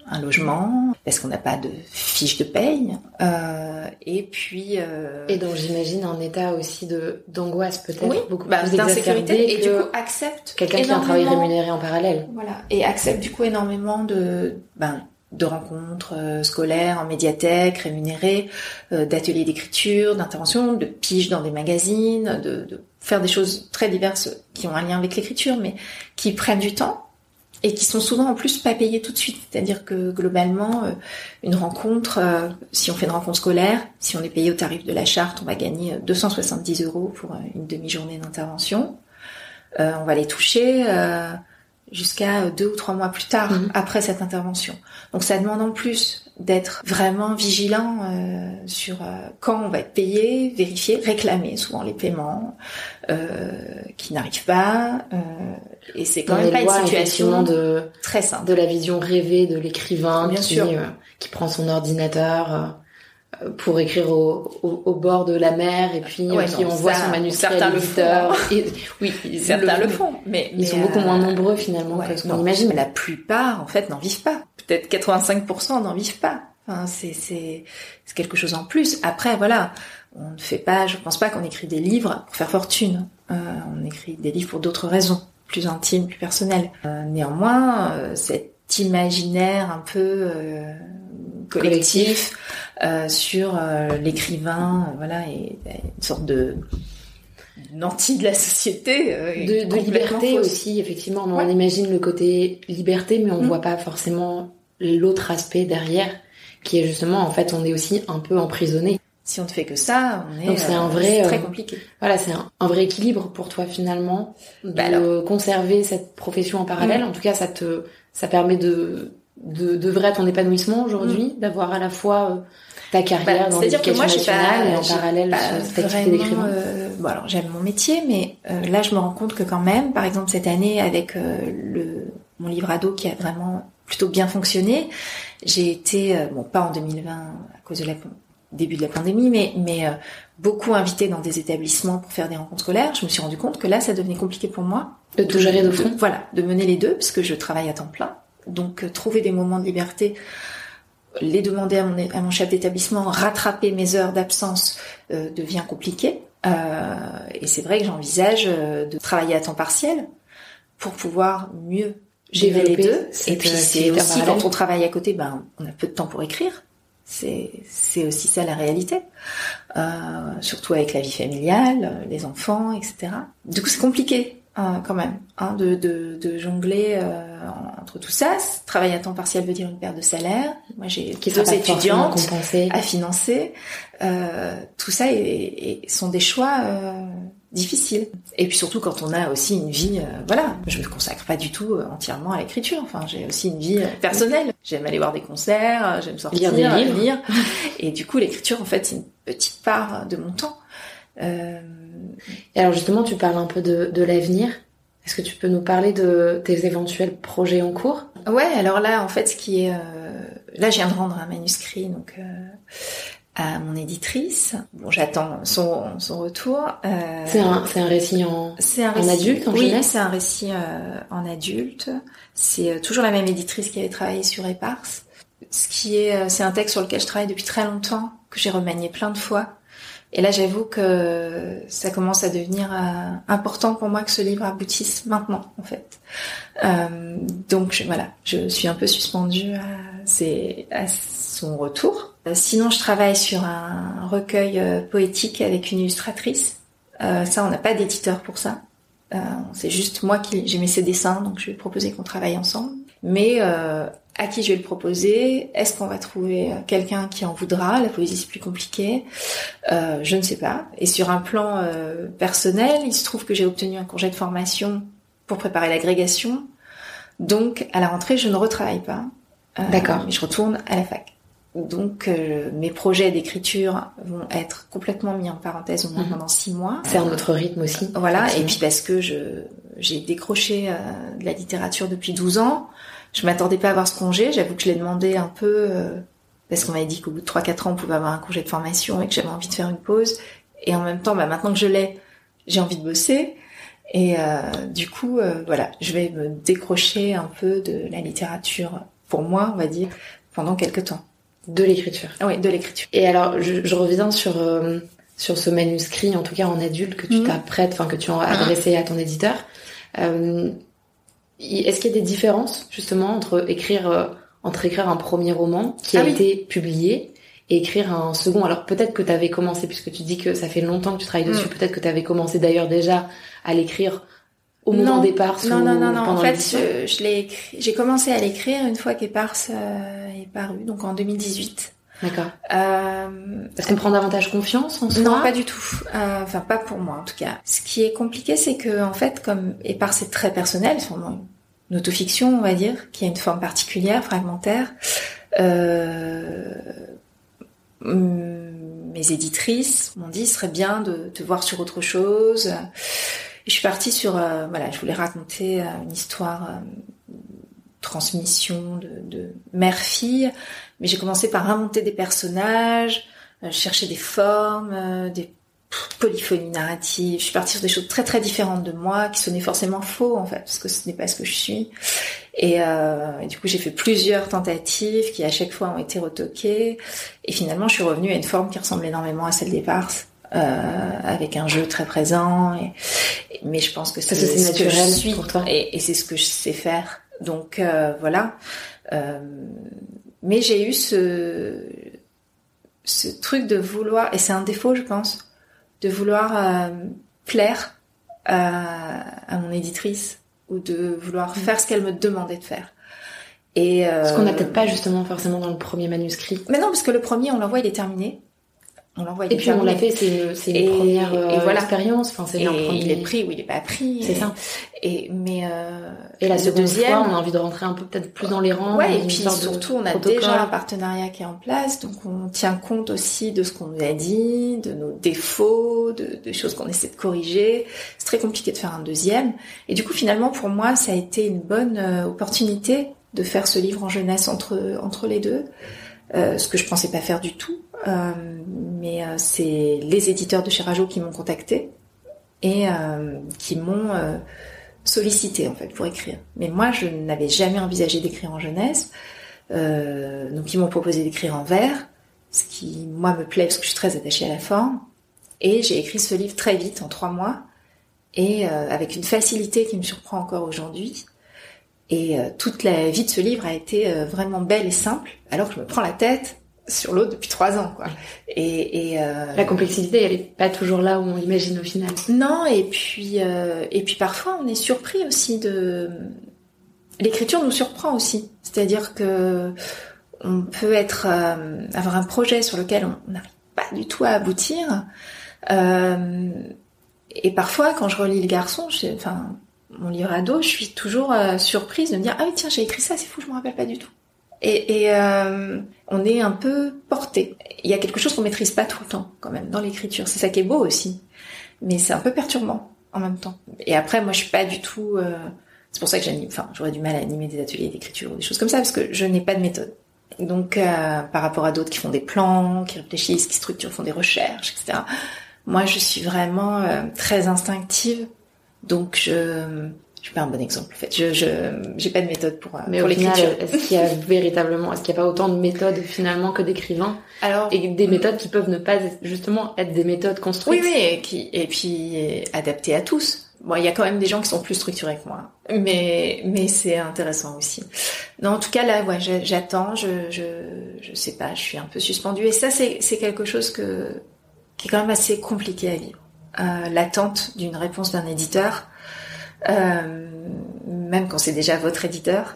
un logement, parce qu'on n'a pas de fiche de paye, euh, et puis... Euh... Et donc j'imagine un état aussi de d'angoisse peut-être, oui, beaucoup bah, plus d'insécurité, et que du coup accepte quelqu'un qui a un travail rémunéré en parallèle. Voilà, et accepte du coup énormément de... Ben, de rencontres euh, scolaires en médiathèque, rémunérées, euh, d'ateliers d'écriture, d'intervention, de piges dans des magazines, de, de faire des choses très diverses qui ont un lien avec l'écriture, mais qui prennent du temps et qui sont souvent en plus pas payées tout de suite. C'est-à-dire que globalement, euh, une rencontre, euh, si on fait une rencontre scolaire, si on est payé au tarif de la charte, on va gagner deux cent soixante-dix euros pour une demi-journée d'intervention. Euh, on va les toucher... Euh, jusqu'à deux ou trois mois plus tard, mmh. après cette intervention. Donc ça demande en plus d'être vraiment vigilant euh, sur euh, quand on va être payé, vérifier, réclamer souvent les paiements euh, qui n'arrivent pas. Euh, et c'est quand Dans même pas lois, une situation de, très simple. De la vision rêvée de l'écrivain Bien qui, sûr. Euh, qui prend son ordinateur... Euh, pour écrire au, au, au bord de la mer et puis ouais, qui non, envoie ça, son manuscrit à l'éditeur. Et, oui, certains le font, mais ils mais sont euh, beaucoup moins nombreux finalement ouais, que ce qu'on imagine. Mais la plupart, en fait, n'en vivent pas. Peut-être quatre-vingt-cinq pour cent n'en vivent pas. Enfin, c'est c'est c'est quelque chose en plus. Après, voilà, on ne fait pas. Je pense pas qu'on écrit des livres pour faire fortune. Euh, on écrit des livres pour d'autres raisons, plus intimes, plus personnelles. Euh, néanmoins, euh, cet imaginaire un peu euh, collectif. Euh, sur euh, l'écrivain, euh, voilà, et, et une sorte de nanti de la société, euh, de, de liberté fausse. Aussi, effectivement. Ouais. On imagine le côté liberté, mais on mmh. voit pas forcément l'autre aspect derrière, qui est justement, en fait, on est aussi un peu emprisonné. Si on ne fait que ça, on est, donc c'est un vrai, euh, c'est très euh, compliqué. Voilà, c'est un, un vrai équilibre pour toi finalement, de bah alors. conserver cette profession en parallèle. Mmh. En tout cas, ça te, ça permet de de, de vrai ton épanouissement aujourd'hui, mmh. d'avoir à la fois euh, ta carrière bah, dans l'éducation nationale pas, et en parallèle pas cette activité d'écrivain. Euh, bon alors j'aime mon métier, mais euh, là je me rends compte que quand même, par exemple cette année avec euh, le mon livre ado qui a vraiment plutôt bien fonctionné, j'ai été euh, bon pas en deux mille vingt à cause de la début de la pandémie, mais mais euh, beaucoup invitée dans des établissements pour faire des rencontres scolaires. Je me suis rendu compte que là ça devenait compliqué pour moi de tout gérer de front. Voilà, de mener les deux parce que je travaille à temps plein. Donc euh, trouver des moments de liberté, les demander à mon, à mon chef d'établissement, rattraper mes heures d'absence euh, devient compliqué. Euh, et c'est vrai que j'envisage euh, de travailler à temps partiel pour pouvoir mieux gérer les deux. Et puis c'est aussi quand on travaille à côté, ben on a peu de temps pour écrire. C'est c'est aussi ça la réalité. Euh, surtout avec la vie familiale, les enfants, et cetera. Du coup c'est compliqué. Euh, quand même, hein, de, de, de jongler euh, entre tout ça. Travailler à temps partiel veut dire une perte de salaire. Moi, j'ai qui deux étudiantes à financer. Euh, tout ça est, est, sont des choix euh, difficiles. Et puis surtout quand on a aussi une vie, euh, voilà, je me consacre pas du tout euh, entièrement à l'écriture. Enfin, j'ai aussi une vie euh, personnelle. J'aime aller voir des concerts, j'aime sortir, lire des livres. Lire. Et du coup, l'écriture, en fait, c'est une petite part de mon temps. Euh... Et alors justement, tu parles un peu de, de l'avenir. Est-ce que tu peux nous parler de tes éventuels projets en cours ? Ouais, alors là, en fait, ce qui est... Euh... Là, je viens de rendre un manuscrit donc euh, à mon éditrice. Bon, j'attends son, son retour. Euh... C'est, un, c'est un récit en, c'est un en récit, adulte, en oui, jeunesse ? C'est un récit euh, en adulte. C'est euh, toujours la même éditrice qui avait travaillé sur Éparse. Ce qui est... Euh, c'est un texte sur lequel je travaille depuis très longtemps, que j'ai remanié plein de fois. Et là, j'avoue que ça commence à devenir euh, important pour moi que ce livre aboutisse maintenant, en fait. Euh, donc je, voilà, je suis un peu suspendue à, c'est, à son retour. Euh, sinon, je travaille sur un recueil euh, poétique avec une illustratrice. Euh, ça, on n'a pas d'éditeur pour ça. Euh, c'est juste moi qui j'ai mis ses dessins, donc je vais proposer qu'on travaille ensemble. Mais euh, à qui je vais le proposer ? Est-ce qu'on va trouver quelqu'un qui en voudra ? La poésie, c'est plus compliqué. Euh, je ne sais pas. Et sur un plan euh, personnel, il se trouve que j'ai obtenu un congé de formation pour préparer l'agrégation. Donc, à la rentrée, je ne retravaille pas. Euh, D'accord. Mais je retourne à la fac. Donc, euh, mes projets d'écriture vont être complètement mis en parenthèse au moins mmh. pendant six mois. C'est un autre rythme aussi. Voilà. Et puis parce que je j'ai décroché euh, de la littérature depuis douze ans. Je m'attendais pas à avoir ce congé, j'avoue que je l'ai demandé un peu, euh, parce qu'on m'avait dit qu'au bout de trois quatre ans, on pouvait avoir un congé de formation et que j'avais envie de faire une pause. Et en même temps, bah, maintenant que je l'ai, j'ai envie de bosser. Et euh, du coup, euh, voilà, je vais me décrocher un peu de la littérature pour moi, on va dire, pendant quelques temps. De l'écriture. Ah oui, de l'écriture. Et alors, je, je reviens sur euh, sur ce manuscrit, en tout cas en adulte, que tu mmh. t'apprêtes, enfin que tu as adressé à ton éditeur. Euh, est-ce qu'il y a des différences justement entre écrire euh, entre écrire un premier roman qui a ah, été oui. publié et écrire un second? Alors peut-être que tu avais commencé, puisque tu dis que ça fait longtemps que tu travailles dessus, mmh. peut-être que tu avais commencé d'ailleurs déjà à l'écrire au moment d'Éparse non, ou non, non, non. pendant En fait, je, je l'ai écrit, j'ai commencé à l'écrire une fois qu'Éparse euh, est paru, donc en deux mille dix-huit. D'accord. Euh, Est-ce qu'on prend davantage confiance en soi? Non, pas du tout. Euh, enfin, pas pour moi en tout cas. Ce qui est compliqué, c'est que en fait, comme Éparse est très personnel, c'est une autofiction, on va dire, qui a une forme particulière, fragmentaire. Euh, mes éditrices m'ont dit, il serait bien de te voir sur autre chose. Et je suis partie sur, euh, voilà, je voulais raconter euh, une histoire, euh, transmission de, de mère-fille, mais j'ai commencé par inventer des personnages, euh, chercher des formes, euh, des polyphonies narratives. Je suis partie sur des choses très très différentes de moi, qui sonnaient forcément faux en fait, parce que ce n'est pas ce que je suis. Et, euh, et du coup, j'ai fait plusieurs tentatives qui à chaque fois ont été retoquées. Et finalement, je suis revenue à une forme qui ressemble énormément à celle d'Éparse. Euh, avec un jeu très présent, et, et, mais je pense que c'est, c'est ce que je suis pour toi. Et, et c'est ce que je sais faire. Donc euh, voilà. Euh, mais j'ai eu ce ce truc de vouloir, et c'est un défaut, je pense, de vouloir euh, plaire à, à mon éditrice ou de vouloir mmh. faire ce qu'elle me demandait de faire. Et euh, ce qu'on n'a peut-être pas justement forcément dans le premier manuscrit. Mais non, parce que le premier, on l'envoie, il est terminé. On l'envoie, il et puis on l'a fait, c'est une, c'est une et, première euh, et voilà. expérience. Enfin, c'est et premier... il est pris ou il est pas pris. C'est et, ça. Et mais euh, et la seconde deuxième, fois, on a envie de rentrer un peu peut-être plus dans les rangs. Ouais, et puis surtout, on a protocole. déjà un partenariat qui est en place, donc on tient compte aussi de ce qu'on nous a dit, de nos défauts, de, de choses qu'on essaie de corriger. C'est très compliqué de faire un deuxième. Et du coup, finalement, pour moi, ça a été une bonne euh, opportunité de faire ce livre en jeunesse entre entre les deux. Euh, ce que je pensais pas faire du tout, euh, mais euh, c'est les éditeurs de chez Rajo qui m'ont contacté et euh, qui m'ont euh, sollicité en fait pour écrire. Mais moi, je n'avais jamais envisagé d'écrire en jeunesse, euh, donc ils m'ont proposé d'écrire en vers, ce qui moi me plaît parce que je suis très attachée à la forme. Et j'ai écrit ce livre très vite, en trois mois, et euh, avec une facilité qui me surprend encore aujourd'hui. Et euh, toute la vie de ce livre a été euh, vraiment belle et simple, alors que je me prends la tête sur l'autre depuis trois ans, quoi. Et, et euh... la complexité, elle est pas toujours là où on l'imagine au final. Non, et puis euh, et puis parfois on est surpris aussi de l'écriture nous surprend aussi. C'est-à-dire que on peut être euh, avoir un projet sur lequel on n'arrive pas du tout à aboutir. Euh, et parfois, quand je relis Le Garçon, je, enfin. mon livre ado, je suis toujours euh, surprise de me dire « Ah oui, tiens, j'ai écrit ça, c'est fou, je me rappelle pas du tout. » Et, et euh, on est un peu porté. Il y a quelque chose qu'on maîtrise pas tout le temps, quand même, dans l'écriture. C'est ça qui est beau aussi. Mais c'est un peu perturbant, en même temps. Et après, moi, je suis pas du tout... Euh... C'est pour ça que j'anime... Enfin, j'aurais du mal à animer des ateliers d'écriture ou des choses comme ça, parce que je n'ai pas de méthode. Donc, euh, par rapport à d'autres qui font des plans, qui réfléchissent, qui structurent, font des recherches, et cetera. Moi, je suis vraiment euh, très instinctive. Donc je je suis pas un bon exemple en fait. Je je j'ai pas de méthode pour Mais pour au l'écriture. Final, est-ce qu'il y a véritablement est-ce qu'il y a pas autant de méthodes finalement que d'écrivains? Alors et des méthodes qui peuvent ne pas justement être des méthodes construites. Oui oui et qui et puis adaptées à tous. Bon, il y a quand même des gens qui sont plus structurés que moi. Mais mais c'est intéressant aussi. Non, en tout cas là ouais, j'attends, je je je sais pas, je suis un peu suspendue et ça c'est c'est quelque chose que qui est quand même assez compliqué à vivre. Euh, l'attente d'une réponse d'un éditeur, euh, même quand c'est déjà votre éditeur,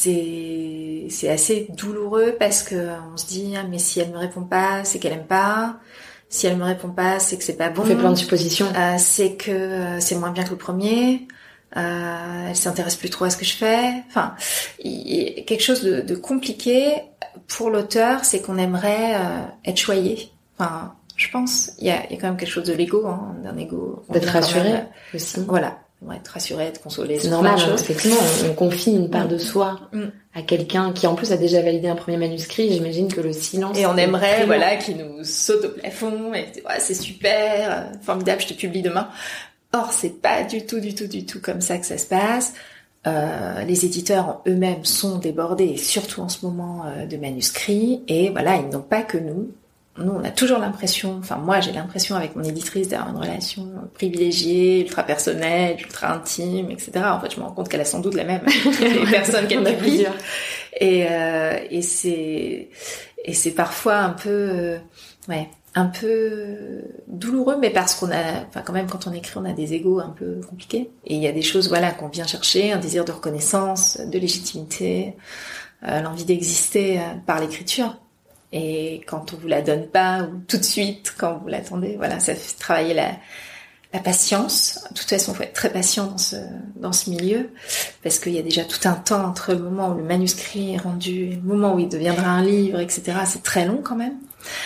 c'est c'est assez douloureux parce que on se dit ah, mais si elle me répond pas, c'est qu'elle aime pas. Si elle me répond pas, c'est que c'est pas bon. On fait plein de suppositions. Euh, c'est que euh, c'est moins bien que le premier. Euh, elle s'intéresse plus trop à ce que je fais. Enfin, il, il, quelque chose de, de compliqué pour l'auteur, c'est qu'on aimerait euh, être choyé. Enfin. Je pense, il y a, il y a quand même quelque chose de l'ego, hein, d'un ego. D'être rassuré même, aussi. Voilà, être rassuré, être consolé. C'est normal, hein, effectivement, on, on confie une part mmh. de soi mmh. à quelqu'un qui en plus a déjà validé un premier manuscrit. J'imagine que le silence. Et on aimerait, voilà, qu'il nous saute au plafond et ouais, c'est super, formidable, je te publie demain. Or, c'est pas du tout, du tout, du tout comme ça que ça se passe. Euh, les éditeurs eux-mêmes sont débordés, surtout en ce moment euh, de manuscrits, et voilà, ils n'ont pas que nous. Nous, on a toujours l'impression, enfin moi j'ai l'impression avec mon éditrice d'avoir une relation privilégiée, ultra personnelle, ultra intime, et cetera. En fait, je me rends compte qu'elle a sans doute la même avec les personnes qu'elle publie. Et, euh, et c'est et c'est parfois un peu, euh, ouais, un peu douloureux, mais parce qu'on a, enfin quand même quand on écrit, on a des égos un peu compliqués. Et il y a des choses, voilà, qu'on vient chercher, un désir de reconnaissance, de légitimité, euh, l'envie d'exister euh, par l'écriture. Et quand on vous la donne pas, ou tout de suite, quand vous l'attendez, voilà, ça fait travailler la, la patience. De toute façon, il faut être très patient dans ce, dans ce milieu, parce qu'il y a déjà tout un temps entre le moment où le manuscrit est rendu et le moment où il deviendra un livre, et cetera. C'est très long quand même.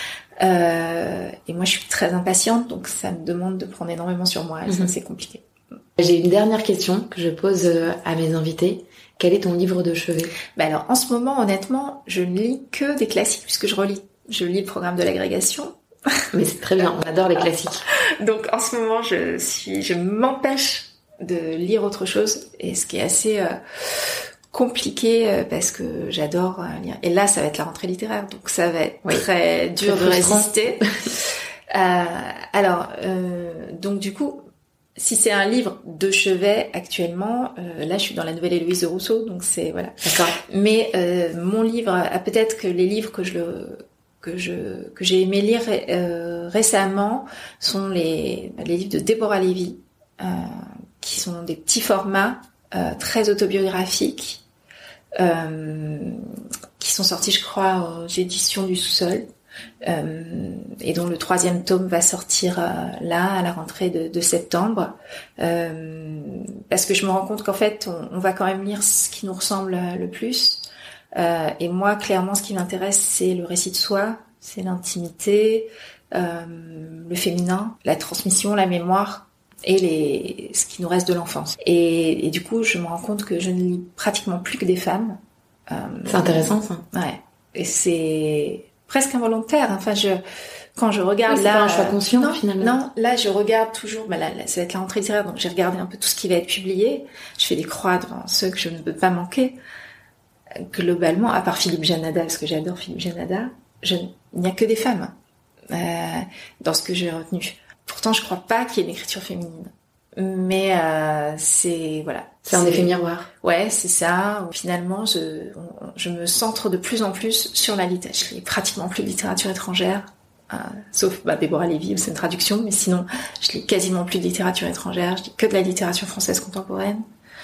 Euh, et moi, je suis très impatiente, donc ça me demande de prendre énormément sur moi, et mm-hmm. ça, c'est compliqué. J'ai une dernière question que je pose à mes invités. Quel est ton livre de chevet ? Bah alors, en ce moment, honnêtement, je ne lis que des classiques, puisque je relis. Je lis le programme de l'agrégation. Mais c'est très bien, on adore les classiques. Donc, en ce moment, je suis, je m'empêche de lire autre chose, et ce qui est assez euh, compliqué, euh, parce que j'adore euh, lire. Et là, ça va être la rentrée littéraire, donc ça va être oui, très dur très de résister. euh, alors, euh, donc du coup, si c'est un livre de chevet actuellement, euh, là je suis dans la Nouvelle Héloïse de Rousseau, donc c'est voilà. D'accord. Mais euh, mon livre, ah, peut-être que les livres que je le que je que j'ai aimé lire euh, récemment sont les les livres de Déborah Lévy, euh, qui sont des petits formats euh, très autobiographiques, euh, qui sont sortis, je crois, aux éditions du Sous-Sol. Euh, et dont le troisième tome va sortir euh, là à la rentrée de, de septembre, euh, parce que je me rends compte qu'en fait on, on va quand même lire ce qui nous ressemble le plus, euh, et moi clairement ce qui m'intéresse c'est le récit de soi, c'est l'intimité, euh, le féminin, la transmission, la mémoire et les, ce qui nous reste de l'enfance, et, et du coup je me rends compte que je ne lis pratiquement plus que des femmes. euh, c'est intéressant ça. Ouais, et c'est presque involontaire. Enfin, je quand je regarde oui, là, c'est pas un choix conscient non, finalement. Non, là je regarde toujours. Bah là, là, ça va être la rentrée littéraire, donc j'ai regardé un peu tout ce qui va être publié. Je fais des croix devant ceux que je ne peux pas manquer. Globalement, à part Philippe Janada, parce que j'adore Philippe Janada, je, il n'y a que des femmes euh, dans ce que j'ai retenu. Pourtant, je crois pas qu'il y ait une écriture féminine. Mais euh, c'est voilà. C'est un effet miroir. Ouais, c'est ça. Finalement, je je me centre de plus en plus sur la littérature. Je lis pratiquement plus de littérature étrangère, euh, sauf bah, Déborah Lévy, c'est une traduction, mais sinon, je lis quasiment plus de littérature étrangère. Je lis que de la littérature française contemporaine.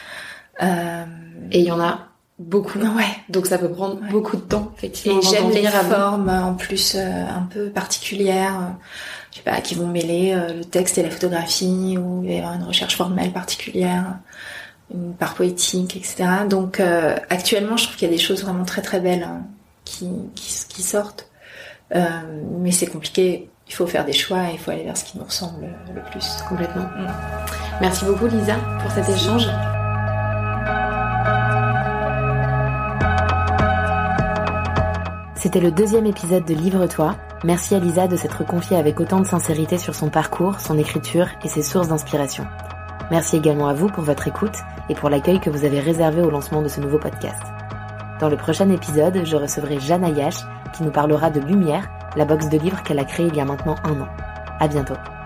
Euh... Et il y en a beaucoup. Ouais. Donc ça peut prendre ouais. beaucoup de temps, effectivement. Et j'aime les formes en plus euh, un peu particulières. Euh, je sais pas, qui vont mêler euh, le texte et la photographie, où il va y avoir une recherche formelle particulière, une part poétique, et cetera. Donc euh, actuellement, je trouve qu'il y a des choses vraiment très très belles hein, qui, qui qui sortent, euh, mais c'est compliqué. Il faut faire des choix, et il faut aller vers ce qui nous ressemble le plus. Complètement. Mm. Merci beaucoup Lisa pour cet Merci. échange. C'était le deuxième épisode de Livre-toi. Merci à Lisa de s'être confiée avec autant de sincérité sur son parcours, son écriture et ses sources d'inspiration. Merci également à vous pour votre écoute et pour l'accueil que vous avez réservé au lancement de ce nouveau podcast. Dans le prochain épisode, je recevrai Jeanne Ayache qui nous parlera de Lumière, la box de livres qu'elle a créée il y a maintenant un an. À bientôt.